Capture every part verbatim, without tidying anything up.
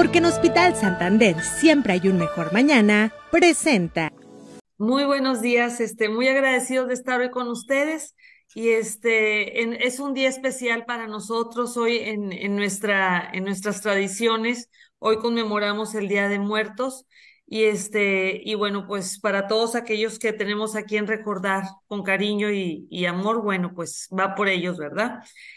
Porque en Hospital Santander siempre hay un mejor mañana, presenta. Muy buenos días, este, muy agradecidos de estar hoy con ustedes y este, en- es un día especial para nosotros hoy en, en nuestra, en nuestras tradiciones. Hoy conmemoramos el Día de Muertos y este, y bueno, pues para todos aquellos que tenemos a quien recordar con cariño y, y amor, bueno, pues va por ellos, ¿verdad?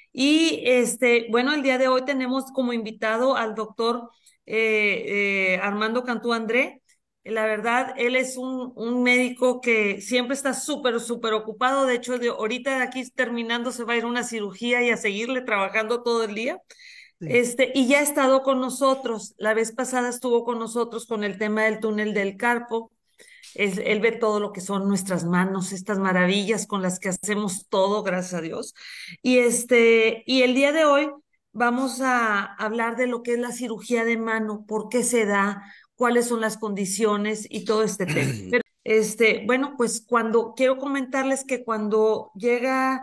Y este, bueno, el día de hoy tenemos como invitado al doctor eh, eh, Armando Cantú André. La verdad, él es un, un médico que siempre está súper, súper ocupado. De hecho, de ahorita de aquí terminando se va a ir a una cirugía y a seguirle trabajando todo el día. Sí. Este, y ya ha estado con nosotros. La vez pasada estuvo con nosotros con el tema del túnel del Carpo. Es, él ve todo lo que son nuestras manos, estas maravillas con las que hacemos todo, gracias a Dios. Y este, y el día de hoy vamos a hablar de lo que es la cirugía de mano, por qué se da, cuáles son las condiciones y todo este tema. Pero, este, bueno, pues cuando quiero comentarles que cuando llega,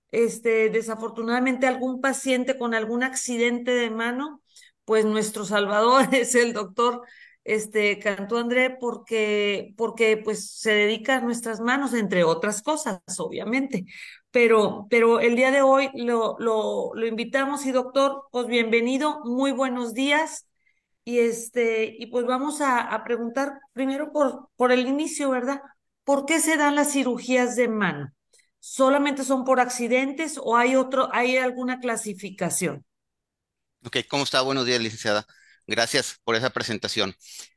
este, desafortunadamente algún paciente con algún accidente de mano, pues nuestro salvador es el doctor este, Cantú André, porque, porque pues se dedica a nuestras manos, entre otras cosas, obviamente. Pero, pero el día de hoy lo, lo, lo invitamos y doctor, pues bienvenido, muy buenos días. Y este, y pues vamos a, a preguntar primero por, por el inicio, ¿verdad? ¿Por qué se dan las cirugías de mano? ¿Solamente son por accidentes o hay otro, hay alguna clasificación? Ok, ¿cómo está? Buenos días, licenciada. Gracias por esa presentación.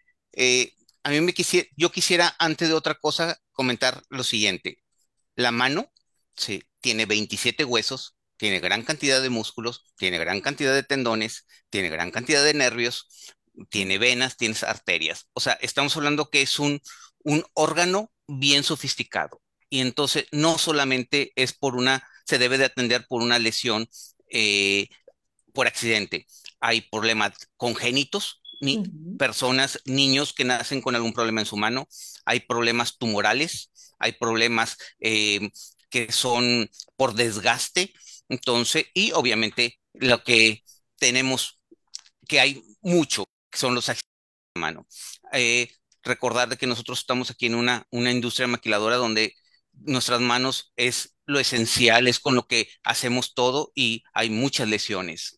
Eh, a mí me quisiera, yo quisiera, antes de otra cosa, comentar lo siguiente. La mano, sí, tiene veintisiete huesos, tiene gran cantidad de músculos, tiene gran cantidad de tendones, tiene gran cantidad de nervios, tiene venas, tiene arterias. O sea, estamos hablando que es un, un órgano bien sofisticado. Y entonces no solamente es por una, se debe de atender por una lesión eh, por accidente. Hay problemas congénitos, ni Ujú. personas, niños que nacen con algún problema en su mano, hay problemas tumorales, hay problemas eh, que son por desgaste, entonces, y obviamente lo que tenemos, que hay mucho, que son los accidentes de mano. Eh, Recordar de que nosotros estamos aquí en una, una industria maquiladora donde nuestras manos es lo esencial, es con lo que hacemos todo y hay muchas lesiones.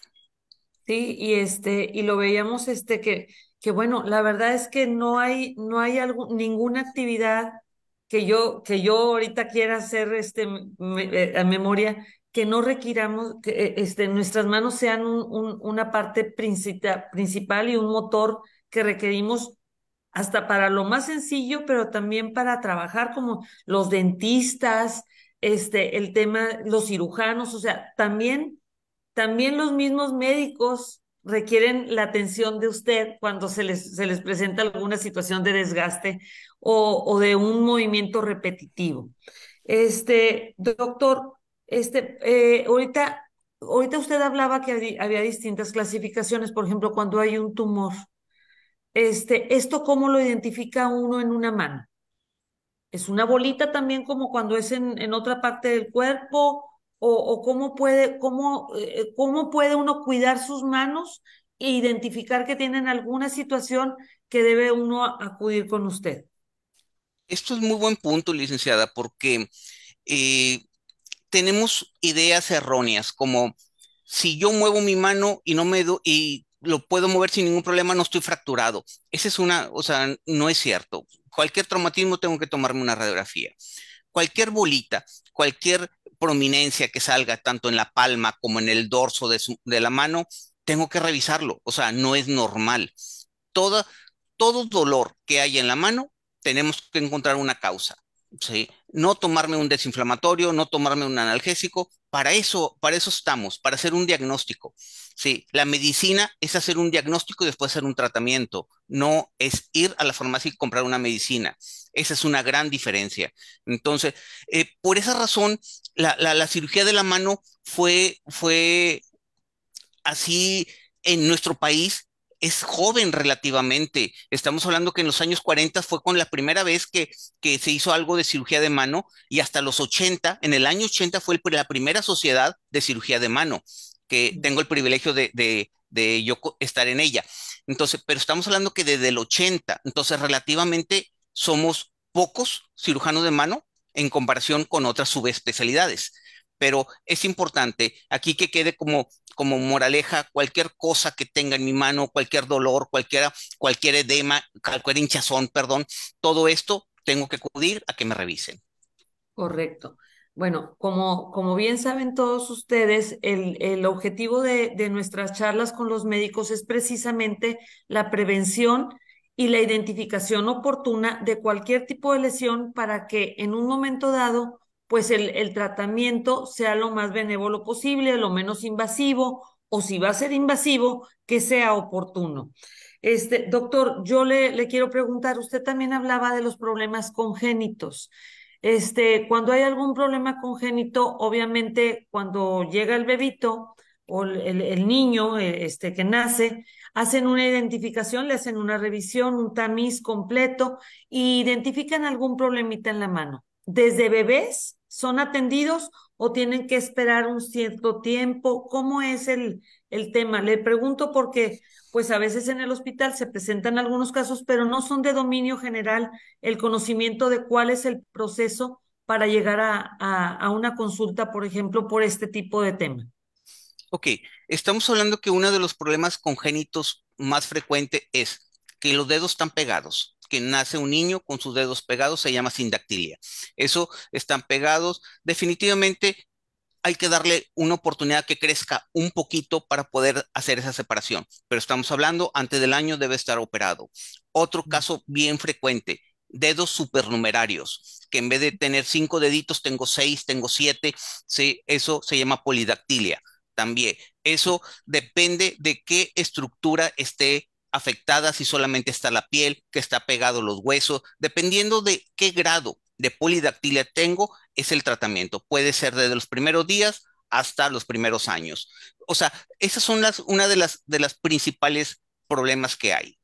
Sí, y este, y lo veíamos este que, que bueno, la verdad es que no hay, no hay algo, ninguna actividad que yo, que yo ahorita quiera hacer este me- eh, a memoria, que no requiramos que eh, este, nuestras manos sean un, un- una parte princita- principal y un motor que requerimos hasta para lo más sencillo, pero también para trabajar como los dentistas, este, el tema, los cirujanos, o sea, también también los mismos médicos requieren la atención de usted cuando se les, se les presenta alguna situación de desgaste o, o de un movimiento repetitivo. Este, doctor, este, eh, ahorita, ahorita usted hablaba que había, había distintas clasificaciones, por ejemplo, cuando hay un tumor. Este, ¿esto cómo lo identifica uno en una mano? ¿Es una bolita también como cuando es en, en otra parte del cuerpo? ¿O, o cómo puede, cómo, eh, cómo puede uno cuidar sus manos e identificar que tienen alguna situación que debe uno acudir con usted? Esto es muy buen punto, licenciada, porque eh, tenemos ideas erróneas, como si yo muevo mi mano y no me do- y lo puedo mover sin ningún problema, no estoy fracturado. Esa es una, o sea, no es cierto. Cualquier traumatismo tengo que tomarme una radiografía. Cualquier bolita, cualquier prominencia que salga tanto en la palma como en el dorso de, su- de la mano, tengo que revisarlo. O sea, no es normal. Toda, todo dolor que haya en la mano, tenemos que encontrar una causa. ¿Sí? No tomarme un desinflamatorio, no tomarme un analgésico, para eso, para eso estamos, para hacer un diagnóstico. Sí, la medicina es hacer un diagnóstico y después hacer un tratamiento, no es ir a la farmacia y comprar una medicina. Esa es una gran diferencia. Entonces, eh, por esa razón, la, la, la cirugía de la mano fue, fue así en nuestro país, es joven relativamente. Estamos hablando que en los años cuarenta fue con la primera vez que, que se hizo algo de cirugía de mano y hasta los ochenta, en el año ochenta fue el- la primera sociedad de cirugía de mano, que tengo el privilegio de, de, de yo co- estar en ella. Entonces, pero estamos hablando que desde el ochenta, entonces relativamente somos pocos cirujanos de mano en comparación con otras subespecialidades. Pero es importante aquí que quede como, como moraleja cualquier cosa que tenga en mi mano, cualquier dolor, cualquier, cualquier edema, cualquier hinchazón, perdón, todo esto tengo que acudir a que me revisen. Correcto. Bueno, como, como bien saben todos ustedes, el, el objetivo de, de nuestras charlas con los médicos es precisamente la prevención y la identificación oportuna de cualquier tipo de lesión para que en un momento dado, pues el, el tratamiento sea lo más benévolo posible, lo menos invasivo, o si va a ser invasivo, que sea oportuno. Este, doctor, yo le, le quiero preguntar, usted también hablaba de los problemas congénitos. Este, cuando hay algún problema congénito, obviamente cuando llega el bebito o el, el- el niño eh, este, que nace, hacen una identificación, le hacen una revisión, un tamiz completo y identifican algún problemita en la mano. ¿Desde bebés son atendidos o tienen que esperar un cierto tiempo? ¿Cómo es el, el tema? Le pregunto porque pues a veces en el hospital se presentan algunos casos, pero no son de dominio general el conocimiento de cuál es el proceso para llegar a, a, a una consulta, por ejemplo, por este tipo de tema. Ok, estamos hablando que uno de los problemas congénitos más frecuente es que los dedos están pegados, que nace un niño con sus dedos pegados, se llama sindactilia. Eso están pegados. Definitivamente hay que darle una oportunidad que crezca un poquito para poder hacer esa separación, pero estamos hablando, antes del año debe estar operado. Otro caso bien frecuente, dedos supernumerarios, que en vez de tener cinco deditos, tengo seis, tengo siete, sí, eso se llama polidactilia. También, eso depende de qué estructura esté afectada, si solamente está la piel, que está pegado los huesos, dependiendo de qué grado de polidactilia tengo, es el tratamiento. Puede ser desde los primeros días hasta los primeros años. O sea, esas son las, una de las, de las principales problemas que hay.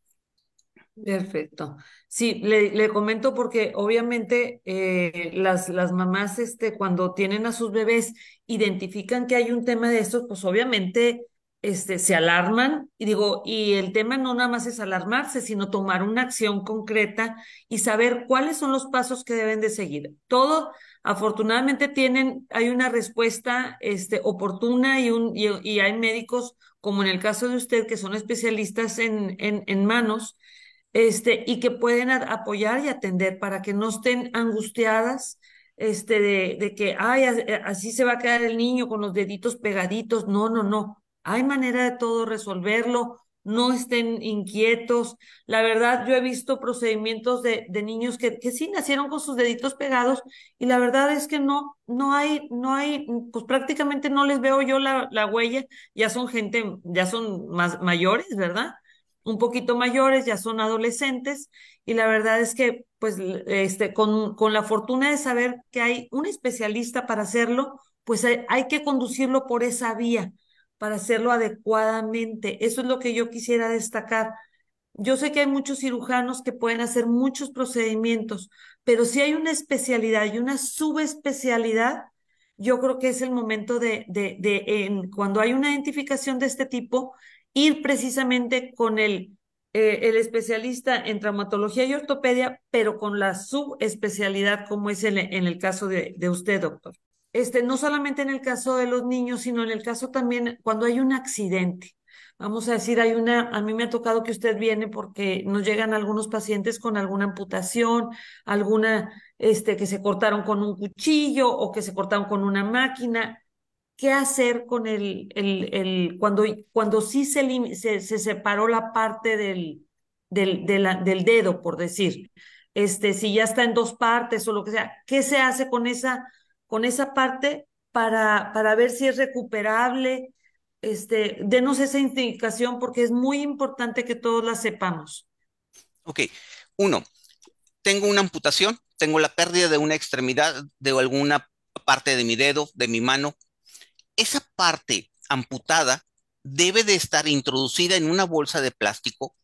Perfecto. Sí, le, le comento porque obviamente eh, las, las mamás este, cuando tienen a sus bebés identifican que hay un tema de estos, pues obviamente este, se alarman y digo, y el tema no nada más es alarmarse, sino tomar una acción concreta y saber cuáles son los pasos que deben de seguir. Todo, afortunadamente tienen, hay una respuesta este, oportuna y, un, y, y hay médicos, como en el caso de usted, que son especialistas en, en, en manos este, y que pueden a- apoyar y atender para que no estén angustiadas, este, de, de que, ay, as- eh, así se va a quedar el niño con los deditos pegaditos. No, no, no. Hay manera de todo resolverlo. No estén inquietos. La verdad, yo he visto procedimientos de, de niños que, que sí nacieron con sus deditos pegados y la verdad es que no, no hay, no hay, pues prácticamente no les veo yo la, la huella. Ya son gente, ya son más mayores, ¿verdad? Un poquito mayores, ya son adolescentes, y la verdad es que, pues, este, con, con la fortuna de saber que hay un especialista para hacerlo, pues hay, hay que conducirlo por esa vía para hacerlo adecuadamente. Eso es lo que yo quisiera destacar. Yo sé que hay muchos cirujanos que pueden hacer muchos procedimientos, pero si hay una especialidad y una subespecialidad, yo creo que es el momento de, de, de en, cuando hay una identificación de este tipo, ir precisamente con el, eh, el especialista en traumatología y ortopedia, pero con la subespecialidad como es el- en el caso de, de usted, doctor. Este, no solamente en el caso de los niños, sino en el caso también cuando hay un accidente. Vamos a decir, hay una, a mí me ha tocado que usted viene porque nos llegan algunos pacientes con alguna amputación, alguna, este, que se cortaron con un cuchillo o que se cortaron con una máquina. ¿Qué hacer con el, el, el cuando, cuando sí se, lim- se, se separó la parte del, del, de la- del dedo, por decir? Este, si ya está en dos partes o lo que sea, ¿qué se hace con esa, con esa parte para, para ver si es recuperable? Este, denos esa indicación porque es muy importante que todos la sepamos. Ok, uno, tengo una amputación, tengo la pérdida de una extremidad, de alguna parte de mi dedo, de mi mano. Esa parte amputada debe de estar introducida en una bolsa de plástico,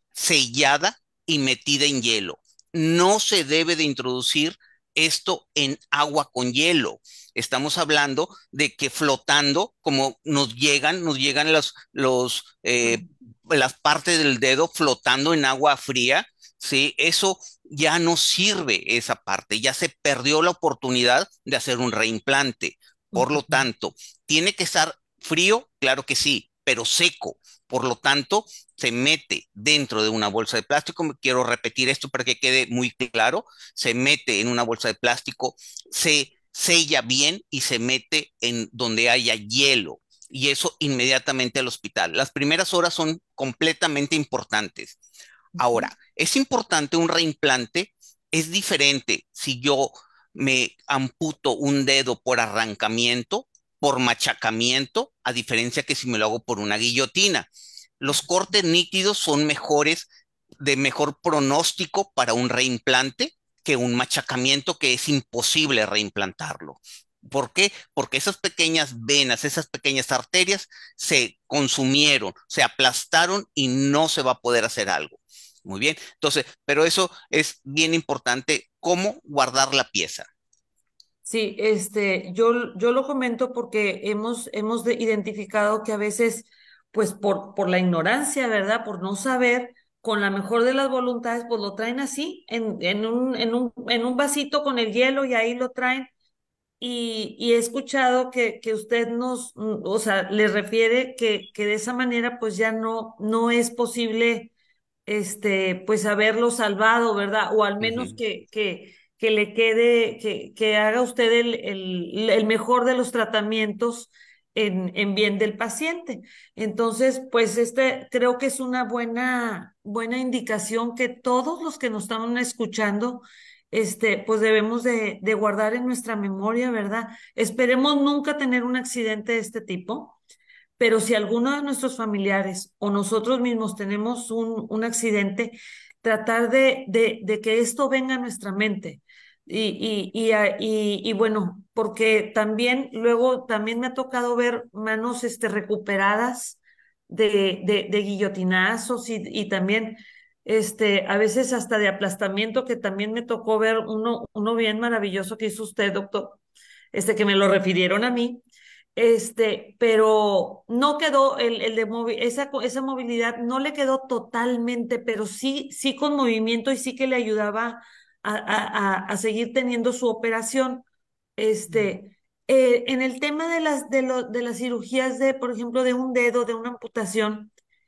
sellada y metida en hielo. No se debe de introducir esto en agua con hielo. Estamos hablando de que flotando, como nos llegan, nos llegan los, los eh, las partes del dedo flotando en agua fría, ¿sí? Eso ya no sirve esa parte, ya se perdió la oportunidad de hacer un reimplante. Por lo Ujú. tanto, tiene que estar frío, claro que sí, pero seco. Por lo tanto, se mete dentro de una bolsa de plástico. Quiero repetir esto para que quede muy claro. Se mete en una bolsa de plástico, se sella bien y se mete en donde haya hielo. Y eso inmediatamente al hospital. Las primeras horas son completamente importantes. Ujú. Ahora, es importante un reimplante, es diferente si yo me amputo un dedo por arrancamiento, por machacamiento, a diferencia que si me lo hago por una guillotina. Los cortes nítidos son mejores, de mejor pronóstico para un reimplante que un machacamiento que es imposible reimplantarlo. ¿Por qué? Porque esas pequeñas venas, esas pequeñas arterias se consumieron, se aplastaron y no se va a poder hacer algo. Muy bien, entonces, pero eso es bien importante, cómo guardar la pieza. Sí, este, yo, yo lo comento porque hemos, hemos de- identificado que a veces, pues por, por la ignorancia, ¿verdad? Por no saber, con la mejor de las voluntades, pues lo traen así, en, en un, en un, en un vasito con el hielo y ahí lo traen. Y, y he escuchado que, que usted nos, mm, o sea, le refiere que, que de esa manera, pues ya no, no es posible este, pues haberlo salvado, ¿verdad? O al menos Ujú. que, que, que le quede, que, que haga usted el, el, el mejor de los tratamientos en, en bien del paciente. Entonces, pues este creo que es una buena, buena indicación que todos los que nos están escuchando, este, pues debemos de, de guardar en nuestra memoria, ¿verdad? Esperemos nunca tener un accidente de este tipo, pero si alguno de nuestros familiares o nosotros mismos tenemos un, un accidente, tratar de, de, de que esto venga a nuestra mente. Y, y, y, a- y- y bueno, porque también luego también me ha tocado ver manos este, recuperadas de, de, de guillotinazos y, y también este, a veces hasta de aplastamiento, que también me tocó ver uno, uno bien maravilloso que hizo usted, doctor, este, que me lo refirieron a mí, este, pero no quedó el, el de movi- esa, co- esa movilidad no le quedó totalmente, pero sí, sí con movimiento y sí que le ayudaba a, a, a, a seguir teniendo su operación. Este, eh, en el tema de las, de, lo, de las cirugías de, por ejemplo, de un dedo, de una amputación,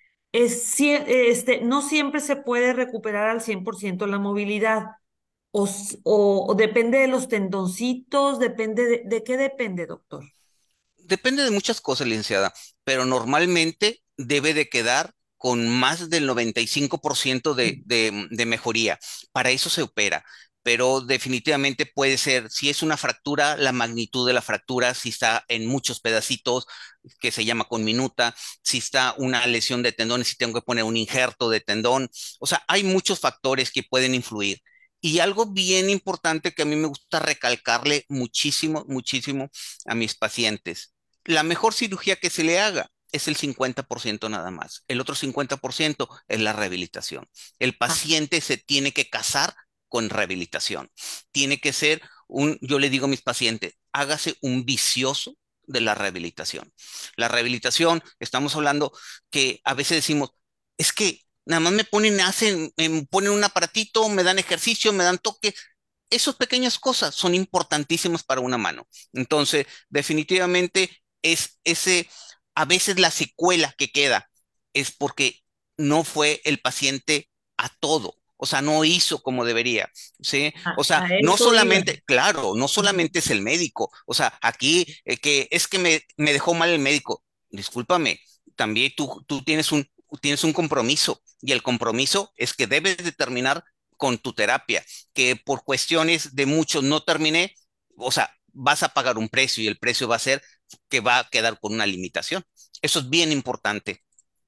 es, cie- este, no siempre se puede recuperar al cien por ciento la movilidad. O, s- o, o depende de los tendoncitos, depende de, ¿de qué depende, doctor? Depende de muchas cosas, licenciada, pero normalmente debe de quedar con más del noventa y cinco por ciento de, de, de mejoría. Para eso se opera, pero definitivamente puede ser, si es una fractura, la magnitud de la fractura, si está en muchos pedacitos, que se llama conminuta, si está una lesión de tendones, si tengo que poner un injerto de tendón. O sea, hay muchos factores que pueden influir. Y algo bien importante que a mí me gusta recalcarle muchísimo, muchísimo a mis pacientes, la mejor cirugía que se le haga es el cincuenta por ciento nada más. El otro cincuenta por ciento es la rehabilitación. El Ah, paciente se tiene que casar con rehabilitación. Tiene que ser un, yo le digo a mis pacientes, hágase un vicioso de la rehabilitación. La rehabilitación, estamos hablando que a veces decimos, es que nada más me ponen, hacen, me ponen un aparatito, me dan ejercicio, me dan toque. Esas pequeñas cosas son importantísimas para una mano. Entonces, definitivamente es ese, a veces la secuela que queda es porque no fue el paciente a todo. O sea, no hizo como debería, ¿sí? O a, sea, a no eso iba. solamente, claro, no Ujú. solamente es el médico. O sea, aquí eh, que es que me, me dejó mal el médico. Discúlpame, también tú, tú tienes un, tienes un compromiso y el compromiso es que debes de terminar con tu terapia, que por cuestiones de muchos no terminé, o sea, vas a pagar un precio y el precio va a ser que va a quedar con una limitación. Eso es bien importante.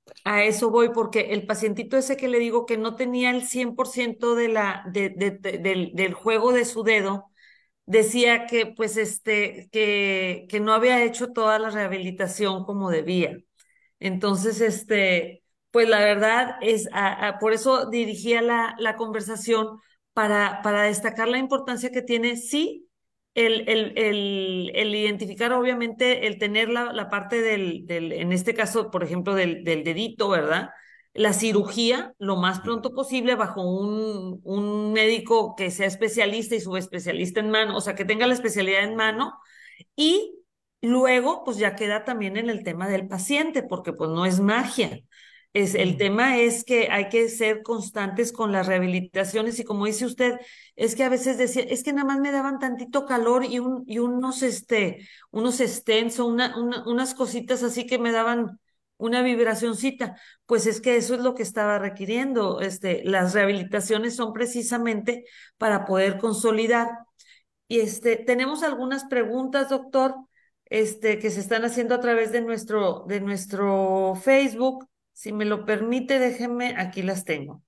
A eso voy, porque el pacientito ese que le digo que no tenía el cien por ciento de la, de, de- de- del, del juego de su dedo, decía que pues este, que, que no había hecho toda la rehabilitación como debía. Entonces, este, pues la verdad es, a- a- por eso dirigía la, la conversación para, para destacar la importancia que tiene, sí, el, el, el, el identificar, obviamente, el tener la, la parte del, del, en este caso, por ejemplo, del, del dedito, ¿verdad? la cirugía lo más pronto posible bajo un, un médico que sea especialista y subespecialista en mano, o sea, que tenga la especialidad en mano y luego pues ya queda también en el tema del paciente, porque pues no es magia. Es, el tema es que hay que ser constantes con las rehabilitaciones y como dice usted, es que a veces decía, es que nada más me daban tantito calor y, un, y unos, este, unos stents o una, una- unas cositas así que me daban una vibracioncita. Pues es que eso es lo que estaba requiriendo. Este, las rehabilitaciones son precisamente para poder consolidar. Y este, tenemos algunas preguntas, doctor, este, que se están haciendo a través de nuestro, de nuestro Facebook. Si me lo permite, déjeme, aquí las tengo.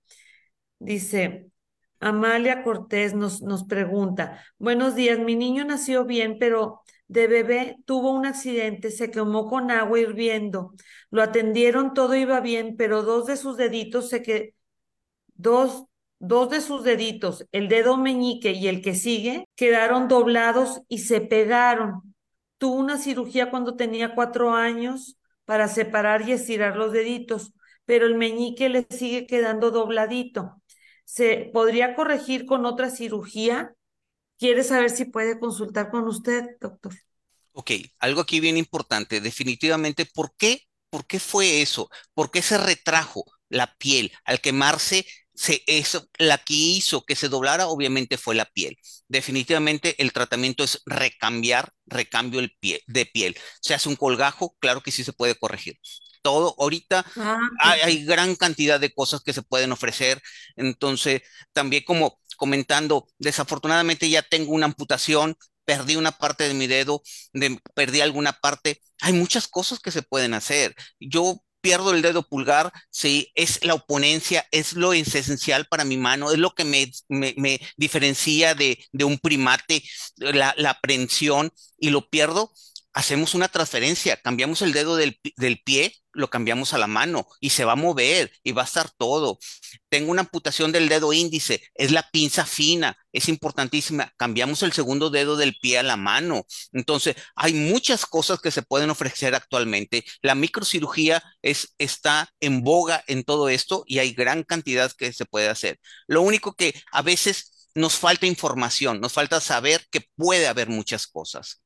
Dice, Amalia Cortés nos, nos pregunta, buenos días, mi niño nació bien, pero de bebé tuvo un accidente, se quemó con agua hirviendo. Lo atendieron, todo iba bien, pero dos de sus deditos se que dos, dos de sus deditos, el dedo meñique y el que sigue, quedaron doblados y se pegaron. Tuvo una cirugía cuando tenía cuatro años para separar y estirar los deditos, pero el meñique le sigue quedando dobladito. ¿Se podría corregir con otra cirugía? ¿Quiere saber si puede consultar con usted, doctor? Ok, algo aquí bien importante, definitivamente, ¿por qué? ¿Por qué fue eso? ¿Por qué se retrajo la piel? Al quemarse, se, eso, la que hizo que se doblara, obviamente fue la piel. Definitivamente el tratamiento es recambiar, recambio el pie, de piel. Se hace un colgajo, claro que sí se puede corregir. Todo, ahorita Ah, hay, hay perfecto. gran cantidad de cosas que se pueden ofrecer. Entonces, también como comentando, desafortunadamente ya tengo una amputación, perdí una parte de mi dedo, de- perdí alguna parte. Hay muchas cosas que se pueden hacer. Yo pierdo el dedo pulgar, sí, es la oponencia, es lo esencial para mi mano, es lo que me, me- me diferencia de, de un primate, la, la aprensión, y lo pierdo. Hacemos una transferencia, cambiamos el dedo del, pi- del pie, lo cambiamos a la mano y se va a mover y va a estar todo. Tengo una amputación del dedo índice, es la pinza fina, es importantísima. Cambiamos el segundo dedo del pie a la mano. Entonces, hay muchas cosas que se pueden ofrecer actualmente. La microcirugía es, está en boga en todo esto y hay gran cantidad que se puede hacer. Lo único que a veces nos falta información, nos falta saber que puede haber muchas cosas.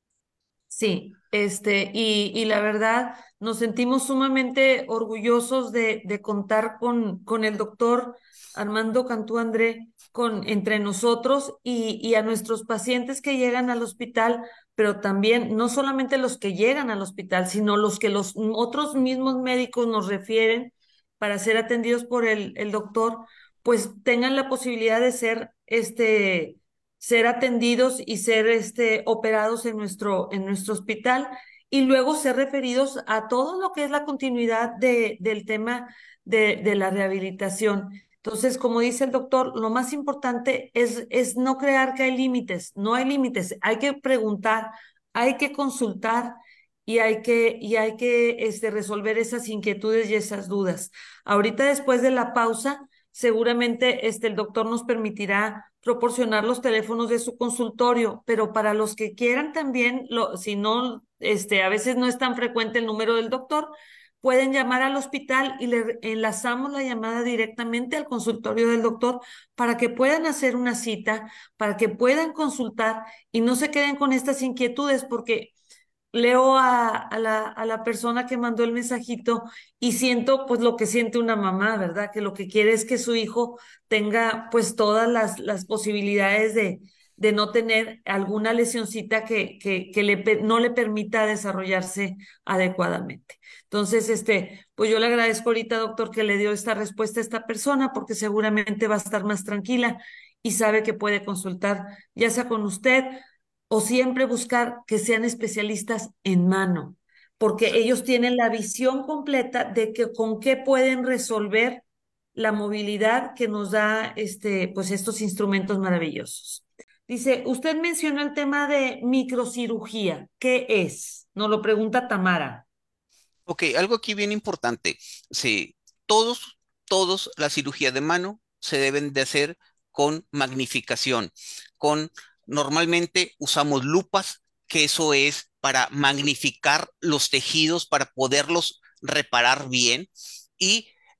Sí, este, y, y la verdad, nos sentimos sumamente orgullosos de, de contar con, con el doctor Armando Cantú André con, entre nosotros y, y a nuestros pacientes que llegan al hospital, pero también no solamente los que llegan al hospital, sino los que los otros mismos médicos nos refieren para ser atendidos por el, el doctor, pues tengan la posibilidad de ser este ser atendidos y ser este, operados en nuestro, en nuestro hospital y luego ser referidos a todo lo que es la continuidad de, del tema de, de la rehabilitación. Entonces, como dice el doctor, lo más importante es, es no crear que hay límites, no hay límites, hay que preguntar, hay que consultar y hay que, y hay que este, resolver esas inquietudes y esas dudas. Ahorita, después de la pausa, seguramente este, el doctor nos permitirá proporcionar los teléfonos de su consultorio, pero para los que quieran también, lo, si no, este, a veces no es tan frecuente el número del doctor, pueden llamar al hospital y le enlazamos la llamada directamente al consultorio del doctor para que puedan hacer una cita, para que puedan consultar y no se queden con estas inquietudes, porque leo a, a la, a la persona que mandó el mensajito y siento pues lo que siente una mamá, ¿verdad? Que lo que quiere es que su hijo tenga pues todas las, las posibilidades de, de no tener alguna lesioncita que, que, que le, pe- no le permita desarrollarse adecuadamente. Entonces, este, pues yo le agradezco ahorita, doctor, que le dio esta respuesta a esta persona porque seguramente va a estar más tranquila y sabe que puede consultar ya sea con usted o siempre buscar que sean especialistas en mano, porque ellos tienen la visión completa de que con qué pueden resolver la movilidad que nos da este, pues estos instrumentos maravillosos. Dice, usted mencionó el tema de microcirugía. ¿Qué es? Nos lo pregunta Tamara. Ok, algo aquí bien importante. Sí, todos, todos la cirugía de mano se deben de hacer con magnificación. Con, normalmente usamos lupas, que eso es para magnificar los tejidos, para poderlos reparar bien. Y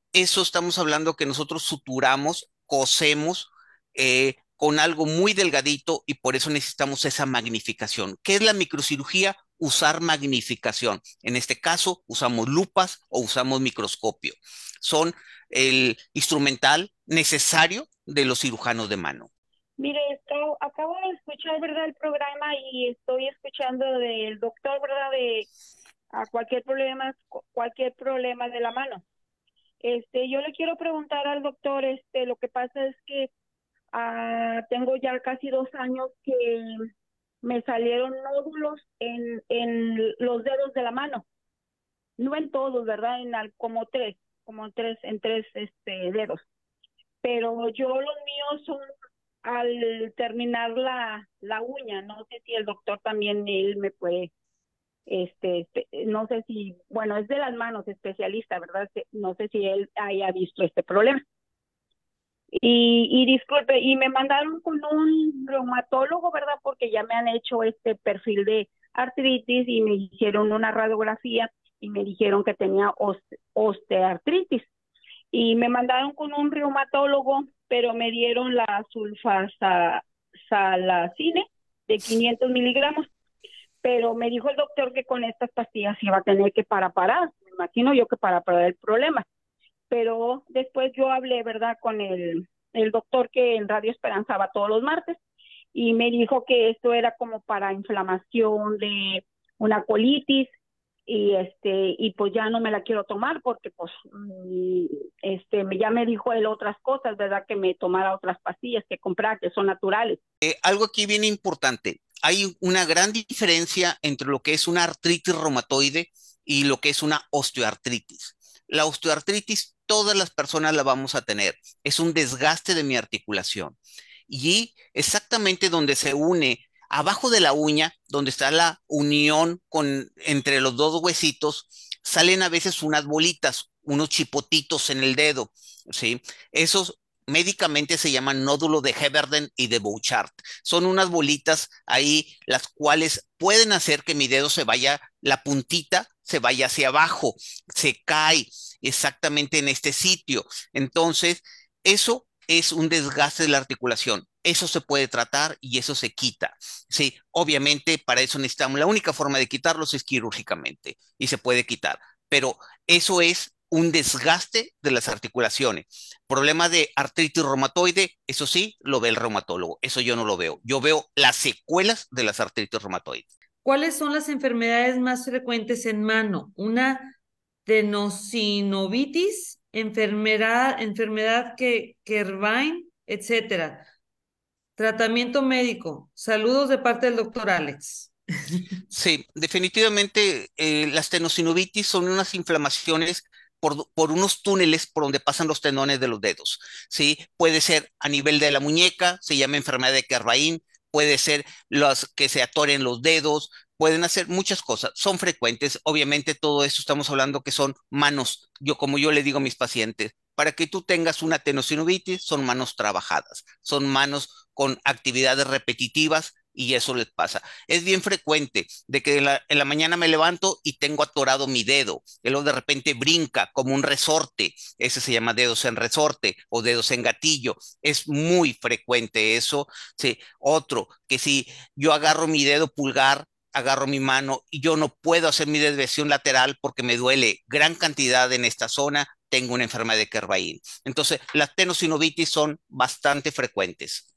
eso estamos hablando que nosotros suturamos, cosemos eh, con algo muy delgadito y por eso necesitamos esa magnificación. ¿Qué es la microcirugía? Usar magnificación. En este caso, usamos lupas o usamos microscopio. Son el instrumental necesario de los cirujanos de mano. Mire, esto, acabo de escuchar, ¿verdad?, el programa y estoy escuchando del doctor, ¿verdad?, de a cualquier problema, cu- cualquier problema de la mano. Este, yo le quiero preguntar al doctor, este, lo que pasa es que ah, tengo ya casi dos años que me salieron nódulos en, en los dedos de la mano, no en todos, ¿verdad? En al- como tres, como tres, en tres, este, dedos. Pero yo los míos son al terminar la, la uña. No sé si el doctor también él me puede, este, este, no sé si, bueno, es de las manos, especialista, ¿verdad? Se- No sé si él haya visto este problema. Y, y disculpe, y me mandaron con un reumatólogo, ¿verdad? Porque ya me han hecho este perfil de artritis y me hicieron una radiografía y me dijeron que tenía os- osteoartritis y me mandaron con un reumatólogo, pero me dieron la sulfasalacine de quinientos miligramos, pero me dijo el doctor que con estas pastillas iba a tener que para parar, me imagino yo que para parar el problema, pero después yo hablé, ¿verdad?, con el, el doctor que en Radio Esperanza va todos los martes y me dijo que esto era como para inflamación de una colitis y este y pues ya no me la quiero tomar porque pues mm, este me- ya me dijo él otras cosas, ¿verdad? Que me tomara otras pastillas que comprar que son naturales. Eh, algo aquí bien importante. Hay una gran diferencia entre lo que es una artritis reumatoide y lo que es una osteoartritis. La osteoartritis, todas las personas la vamos a tener. Es un desgaste de mi articulación. Y exactamente donde se une, abajo de la uña, donde está la unión con, entre los dos huesitos, salen a veces unas bolitas, unos chipotitos en el dedo, ¿sí? Esos médicamente se llaman nódulo de Heberden y de Bouchard. Son unas bolitas ahí, las cuales pueden hacer que mi dedo se vaya, la puntita se vaya hacia abajo, se cae exactamente en este sitio. Entonces, eso es un desgaste de la articulación. Eso se puede tratar y eso se quita. Sí, obviamente para eso necesitamos, la única forma de quitarlos es quirúrgicamente y se puede quitar, pero eso es un desgaste de las articulaciones. Problema de artritis reumatoide, eso sí, lo ve el reumatólogo. Eso yo no lo veo. Yo veo las secuelas de las artritis reumatoides. ¿Cuáles son las enfermedades más frecuentes en mano? Una tenosinovitis, enfermedad, enfermedad que, Kervain, etcétera. Tratamiento médico. Saludos de parte del doctor Alex. Sí, definitivamente eh, las tenosinovitis son unas inflamaciones por, por unos túneles por donde pasan los tenones de los dedos. Sí, puede ser a nivel de la muñeca, se llama enfermedad de Kervain, puede ser los que se atoren los dedos, pueden hacer muchas cosas, son frecuentes. Obviamente todo esto estamos hablando que son manos, yo como yo le digo a mis pacientes, para que tú tengas una tenosinovitis son manos trabajadas, son manos con actividades repetitivas y eso les pasa. Es bien frecuente de que en la, en la mañana me levanto y tengo atorado mi dedo, y luego de repente brinca como un resorte, ese se llama dedos en resorte o dedos en gatillo, es muy frecuente eso. Sí. Otro, que si yo agarro mi dedo pulgar, agarro mi mano y yo no puedo hacer mi desviación lateral porque me duele gran cantidad en esta zona, tengo una enfermedad de Kervain. Entonces, las tenosinovitis son bastante frecuentes.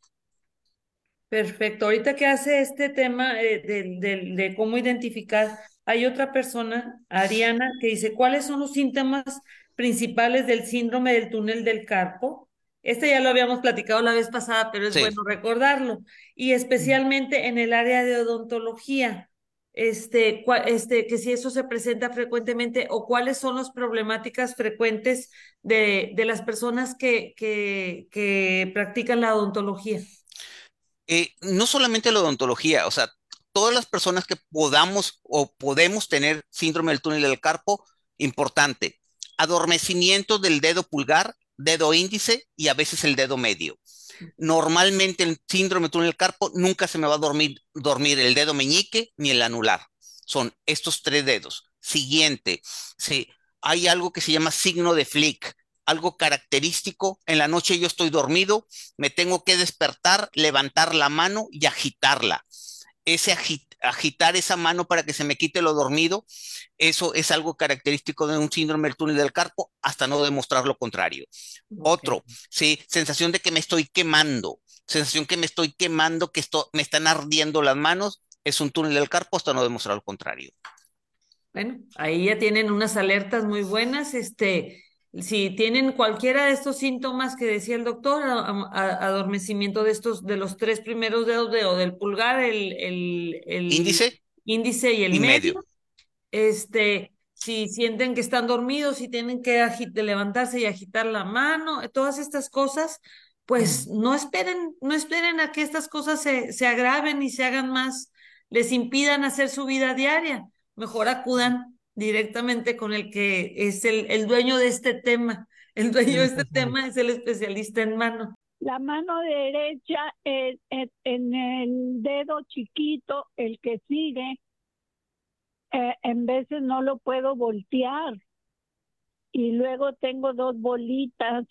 Perfecto. Ahorita que hace este tema eh, del- del- de cómo identificar, hay otra persona, Ariana, que dice, ¿cuáles son los síntomas principales del síndrome del túnel del carpo? Este ya lo habíamos platicado la vez pasada, pero es Sí. bueno recordarlo. Y especialmente en el área de odontología, este, cua- este, que si eso se presenta frecuentemente o cuáles son las problemáticas frecuentes de, de las personas que, que, que practican la odontología. Eh, no solamente la odontología, o sea, todas las personas que podamos o podemos tener síndrome del túnel del carpo, importante, adormecimiento del dedo pulgar, dedo índice y a veces el dedo medio. Normalmente el síndrome del túnel del carpo nunca se me va a dormir, dormir el dedo meñique ni el anular. Son estos tres dedos. Siguiente, sí, hay algo que se llama signo de Flick. algo característico. En la noche yo estoy dormido, me tengo que despertar, levantar la mano y agitarla. Ese agi- agitar esa mano para que se me quite lo dormido, eso es algo característico de un síndrome del túnel del carpo, hasta no demostrar lo contrario. Ok. Otro, sí, sensación de que me estoy quemando, sensación que me estoy quemando, que esto, me están ardiendo las manos, es un túnel del carpo hasta no demostrar lo contrario. Bueno, ahí ya tienen unas alertas muy buenas. Este, si tienen cualquiera de estos síntomas que decía el doctor, a- a- adormecimiento de estos, de los tres primeros dedos de, o del pulgar, el, el, el Índice índice y el y medio. medio, este, si sienten que están dormidos, si tienen que agi- de levantarse y agitar la mano, todas estas cosas, pues no esperen, no esperen a que estas cosas se, se agraven y se hagan más, les impidan hacer su vida diaria. Mejor acudan directamente con el que es el, el dueño de este tema. El dueño de este tema es el especialista en mano. La mano derecha, eh, eh, en el dedo chiquito, el que sigue, eh, en veces no lo puedo voltear. Y luego tengo dos bolitas,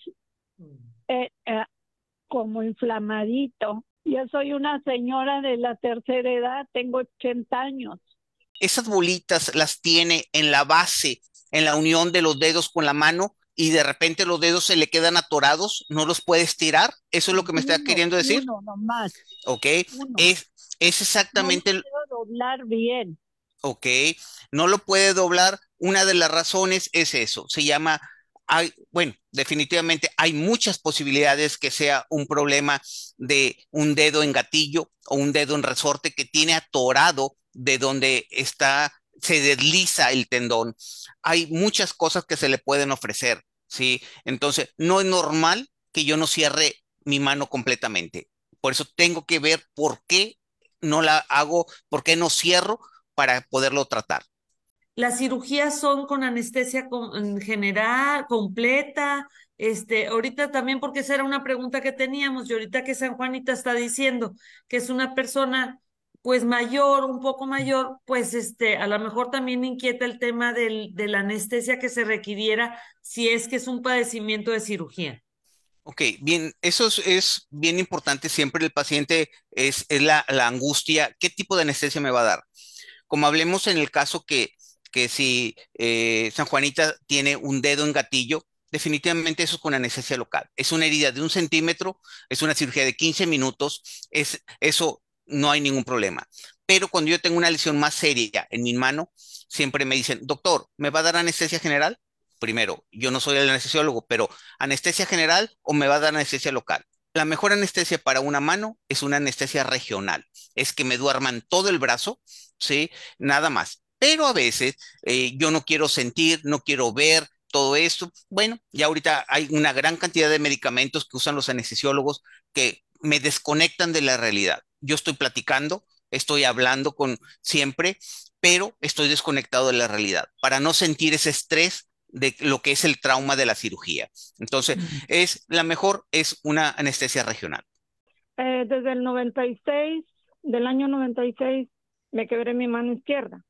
eh, eh, como inflamadito. Yo soy una señora de la tercera edad, tengo ochenta años. Esas bolitas las tiene en la base, en la unión de los dedos con la mano y de repente los dedos se le quedan atorados, no los puedes tirar. ¿Eso es lo que me está Uno, queriendo decir? uno nomás, Ok, uno. es, es No lo exactamente, el- puedo doblar bien. ok, no lo puede doblar. Una de las razones es eso, se llama, hay, bueno, definitivamente hay muchas posibilidades que sea un problema de un dedo en gatillo o un dedo en resorte que tiene atorado de donde está, se desliza el tendón. Hay muchas cosas que se le pueden ofrecer, ¿sí? Entonces, no es normal que yo no cierre mi mano completamente. Por eso tengo que ver por qué no la hago, por qué no cierro para poderlo tratar. Las cirugías son con anestesia con- en general, completa. Este, ahorita también, porque esa era una pregunta que teníamos, y ahorita que San Juanita está diciendo que es una persona pues mayor, un poco mayor, pues este, a lo mejor también inquieta el tema del, de la anestesia que se requiriera si es que es un padecimiento de cirugía. Ok, bien, eso es, es bien importante. Siempre el paciente es, es la, la angustia. ¿Qué tipo de anestesia me va a dar? Como hablemos en el caso que, que si eh, San Juanita tiene un dedo en gatillo, definitivamente eso es con anestesia local. Es una herida de un centímetro, es una cirugía de quince minutos, es, eso no hay ningún problema. Pero cuando yo tengo una lesión más seria en mi mano, siempre me dicen, doctor, ¿me va a dar anestesia general? Primero, yo no soy el anestesiólogo, pero anestesia general o me va a dar anestesia local. La mejor anestesia para una mano es una anestesia regional. Es que me duerman todo el brazo, ¿sí? Nada más. Pero a veces eh, yo no quiero sentir, no quiero ver todo esto. Bueno, ya ahorita hay una gran cantidad de medicamentos que usan los anestesiólogos que me desconectan de la realidad. Yo estoy platicando, estoy hablando con siempre, pero estoy desconectado de la realidad para no sentir ese estrés de lo que es el trauma de la cirugía. Entonces, es la mejor es una anestesia regional. Eh, desde el noventa y seis, del año noventa y seis, me quebré mi mano izquierda.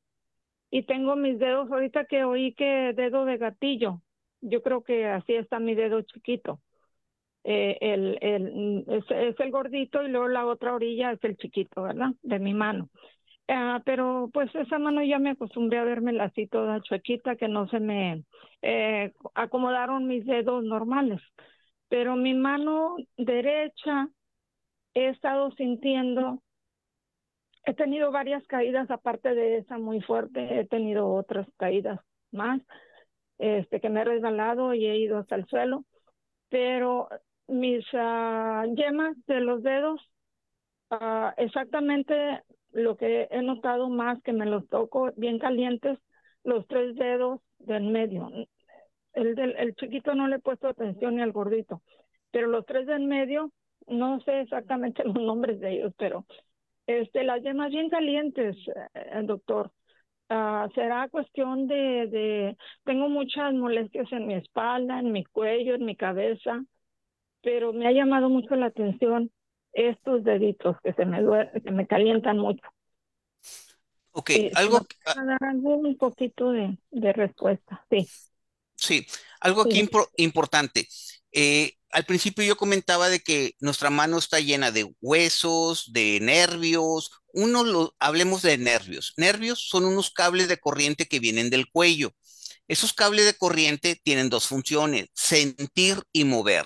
Y tengo mis dedos, ahorita que oí que dedo de gatillo, yo creo que así está mi dedo chiquito. Eh, el, el, es, es el gordito y luego la otra orilla es el chiquito, ¿verdad? De mi mano. Ah, pero pues esa mano ya me acostumbré a verme así toda chuequita, que no se me eh, acomodaron mis dedos normales. Pero mi mano derecha he estado sintiendo, he tenido varias caídas aparte de esa muy fuerte, he tenido otras caídas más, este que me he resbalado y he ido hasta el suelo, pero mis uh, yemas de los dedos, uh, exactamente lo que he notado más que me los toco bien calientes, los tres dedos del medio. El, del, el chiquito no le he puesto atención ni al gordito, pero los tres del medio, no sé exactamente los nombres de ellos, pero este, las yemas bien calientes, eh, doctor. Uh, será cuestión de, de, tengo muchas molestias en mi espalda, en mi cuello, en mi cabeza, pero me ha llamado mucho la atención estos deditos que se me duer que me calientan mucho. Ok, Eh, si me algo, pueden dar algún poquito de, de respuesta, sí. Sí, algo aquí Sí. impor- importante. Eh, al principio yo comentaba de que nuestra mano está llena de huesos, de nervios. Uno lo, hablemos de nervios. Nervios son unos cables de corriente que vienen del cuello. Esos cables de corriente tienen dos funciones, sentir y mover.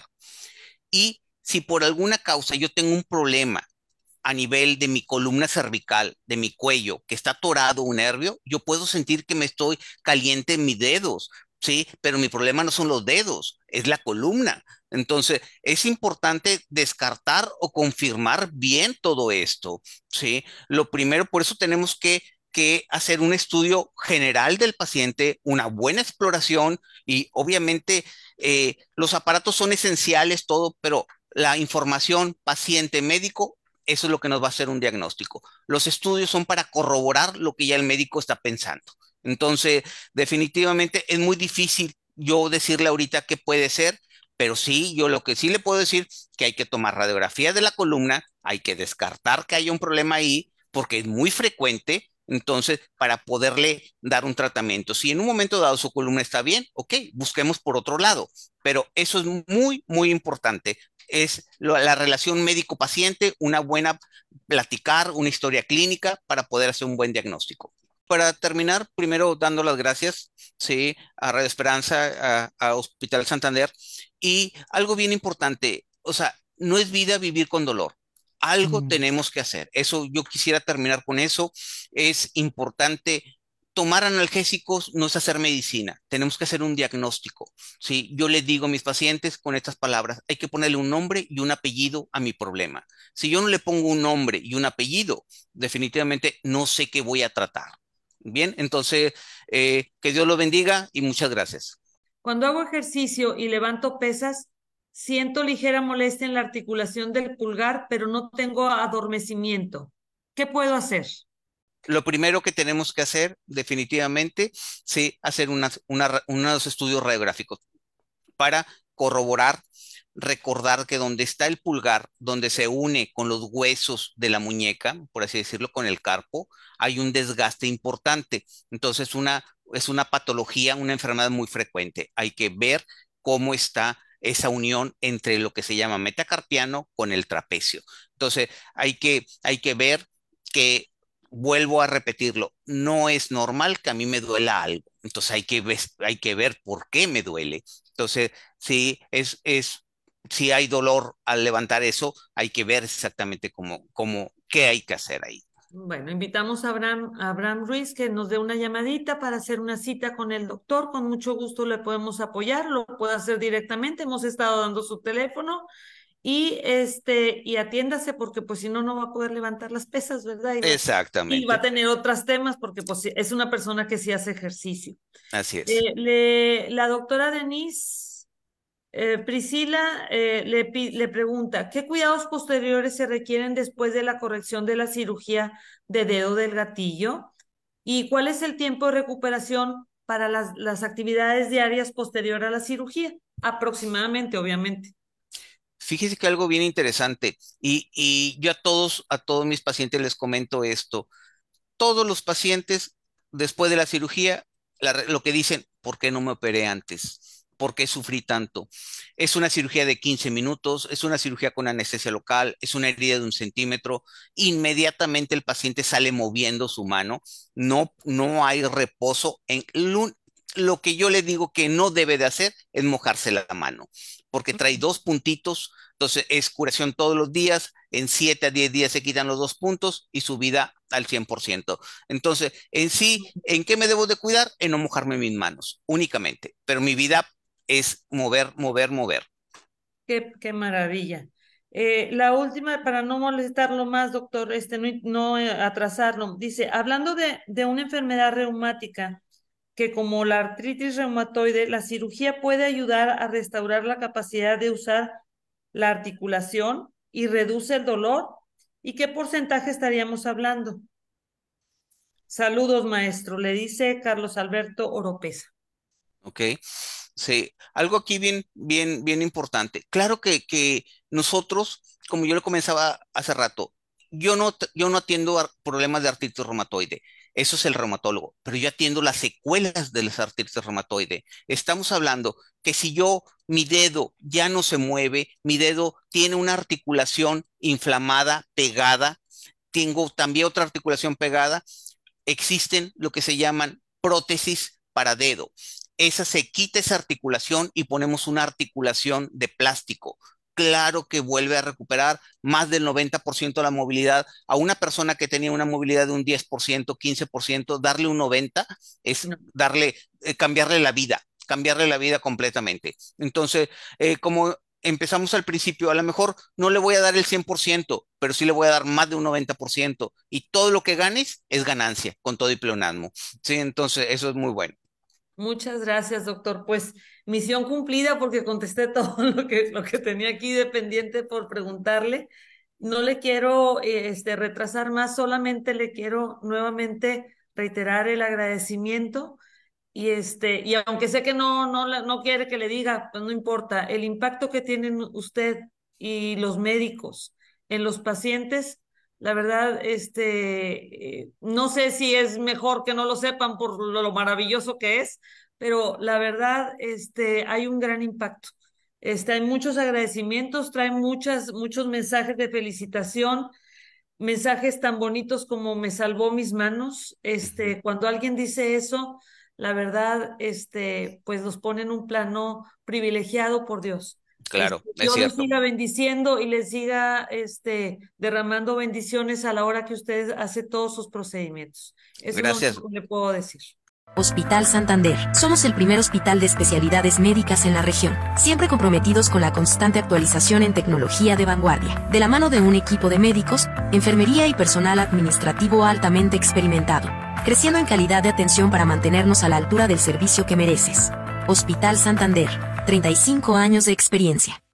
Y si por alguna causa yo tengo un problema a nivel de mi columna cervical, de mi cuello, que está atorado un nervio, yo puedo sentir que me estoy caliente en mis dedos, ¿sí? Pero mi problema no son los dedos, es la columna. Entonces, es importante descartar o confirmar bien todo esto, ¿sí? Lo primero, por eso tenemos que, que hacer un estudio general del paciente, una buena exploración y obviamente eh, los aparatos son esenciales, todo, pero la información paciente-médico, eso es lo que nos va a hacer un diagnóstico. Los estudios son para corroborar lo que ya el médico está pensando. Entonces, definitivamente es muy difícil yo decirle ahorita qué puede ser, pero sí, yo lo que sí le puedo decir que hay que tomar radiografía de la columna, hay que descartar que haya un problema ahí, porque es muy frecuente. Entonces, para poderle dar un tratamiento, si en un momento dado su columna está bien, ok, busquemos por otro lado, pero eso es muy, muy importante. Es lo- la relación médico-paciente, una buena platicar, una historia clínica para poder hacer un buen diagnóstico. Para terminar, primero dando las gracias, sí, a Radio Esperanza, a, a Hospital Santander, y algo bien importante, o sea, no es vida vivir con dolor. Algo Mm. tenemos que hacer. Eso, yo quisiera terminar con eso. Es importante. Tomar analgésicos no es hacer medicina, tenemos que hacer un diagnóstico. ¿Sí? Yo les digo a mis pacientes con estas palabras, hay que ponerle un nombre y un apellido a mi problema. Si yo no le pongo un nombre y un apellido, definitivamente no sé qué voy a tratar. Bien, entonces, eh, que Dios lo bendiga y muchas gracias. Cuando hago ejercicio y levanto pesas, siento ligera molestia en la articulación del pulgar, pero no tengo adormecimiento. ¿Qué puedo hacer? Lo primero que tenemos que hacer, definitivamente, sí, hacer unas- una- unos estudios radiográficos para corroborar, recordar que donde está el pulgar, donde se une con los huesos de la muñeca, por así decirlo, con el carpo, hay un desgaste importante. Entonces, una, es una patología, una enfermedad muy frecuente. Hay que ver cómo está esa unión entre lo que se llama metacarpiano con el trapecio. Entonces, hay que, hay que ver que, vuelvo a repetirlo, no es normal que a mí me duela algo. Entonces, hay que ver, hay que ver por qué me duele. Entonces, sí, es, es, si hay dolor al levantar eso, hay que ver exactamente cómo, cómo, qué hay que hacer ahí. Bueno, invitamos a Abraham, a Abraham Ruiz que nos dé una llamadita para hacer una cita con el doctor. Con mucho gusto le podemos apoyar, lo puede hacer directamente. Hemos estado dando su teléfono y este y atiéndase porque pues si no no va a poder levantar las pesas, ¿verdad? Y va, y va a Exactamente, tener otros temas porque pues sí, es una persona que sí hace ejercicio. así es. Eh, le, la doctora Denise eh, Priscila eh, le, pi- le pregunta, ¿qué cuidados posteriores se requieren después de la corrección de la cirugía de dedo del gatillo? ¿Y cuál es el tiempo de recuperación para las, las actividades diarias posterior a la cirugía? Aproximadamente, obviamente. Fíjese que algo bien interesante, y, y yo a todos, a todos mis pacientes les comento esto. Todos los pacientes, después de la cirugía, la re- lo que dicen, ¿por qué no me operé antes? ¿Por qué sufrí tanto? Es una cirugía de quince minutos, es una cirugía con anestesia local, es una herida de un centímetro. Inmediatamente el paciente sale moviendo su mano, no, no hay reposo. En, lo, lo que yo le digo que no debe de hacer es mojarse la mano, porque trae dos puntitos, entonces es curación todos los días, en siete a diez días se quitan los dos puntos y su vida al cien por ciento. Entonces, en sí, ¿en qué me debo de cuidar? En no mojarme mis manos, únicamente. Pero mi vida es mover, mover, mover. Qué, qué maravilla. Eh, la última, para no molestarlo más, doctor, este, no, no eh, atrasarlo, dice, hablando de, de una enfermedad reumática, que como la artritis reumatoide, la cirugía puede ayudar a restaurar la capacidad de usar la articulación y reduce el dolor. ¿Y qué porcentaje estaríamos hablando? Saludos, maestro, le dice Carlos Alberto Oropesa. ¿Ok? Sí, algo aquí bien, bien, bien importante. Claro que, que nosotros, como yo le comenzaba hace rato, yo no, yo no atiendo ar- problemas de artritis reumatoide. Eso es el reumatólogo, pero yo atiendo las secuelas de las artritis reumatoide. Estamos hablando que si yo, mi dedo ya no se mueve, mi dedo tiene una articulación inflamada, pegada, tengo también otra articulación pegada, existen lo que se llaman prótesis para dedo. Esa se quita esa articulación y ponemos una articulación de plástico. Claro que vuelve a recuperar más del noventa por ciento de la movilidad. A una persona que tenía una movilidad de un diez por ciento, quince por ciento, darle un noventa por ciento es No. darle, eh, cambiarle la vida, cambiarle la vida completamente. Entonces, eh, como empezamos al principio, a lo mejor no le voy a dar el cien por ciento, pero sí le voy a dar más de un noventa por ciento. Y todo lo que ganes es ganancia con todo y pleonasmo. Sí, entonces eso es muy bueno. Muchas gracias, doctor. Pues misión cumplida porque contesté todo lo que, lo que tenía aquí de pendiente por preguntarle. No le quiero eh, este, retrasar más, solamente le quiero nuevamente reiterar el agradecimiento y este, y aunque sé que no, no, la- no quiere que le diga, pues no importa, el impacto que tienen usted y los médicos en los pacientes, la verdad, este, eh, no sé si es mejor que no lo sepan por lo, lo maravilloso que es, pero la verdad, este, hay un gran impacto. Este, hay muchos agradecimientos, traen muchas, muchos mensajes de felicitación, mensajes tan bonitos como me salvó mis manos. Ujú. Este, cuando alguien dice eso, la verdad, este, pues los pone en un plano privilegiado por Dios. Este, Claro, es Dios los cierto. siga bendiciendo y les siga, este, derramando bendiciones a la hora que usted hace todos sus procedimientos. Eso es lo Gracias. único que le puedo decir. Hospital Santander. Somos el primer hospital de especialidades médicas en la región, siempre comprometidos con la constante actualización en tecnología de vanguardia, de la mano de un equipo de médicos, enfermería y personal administrativo altamente experimentado, creciendo en calidad de atención para mantenernos a la altura del servicio que mereces. Hospital Santander, treinta y cinco años de experiencia.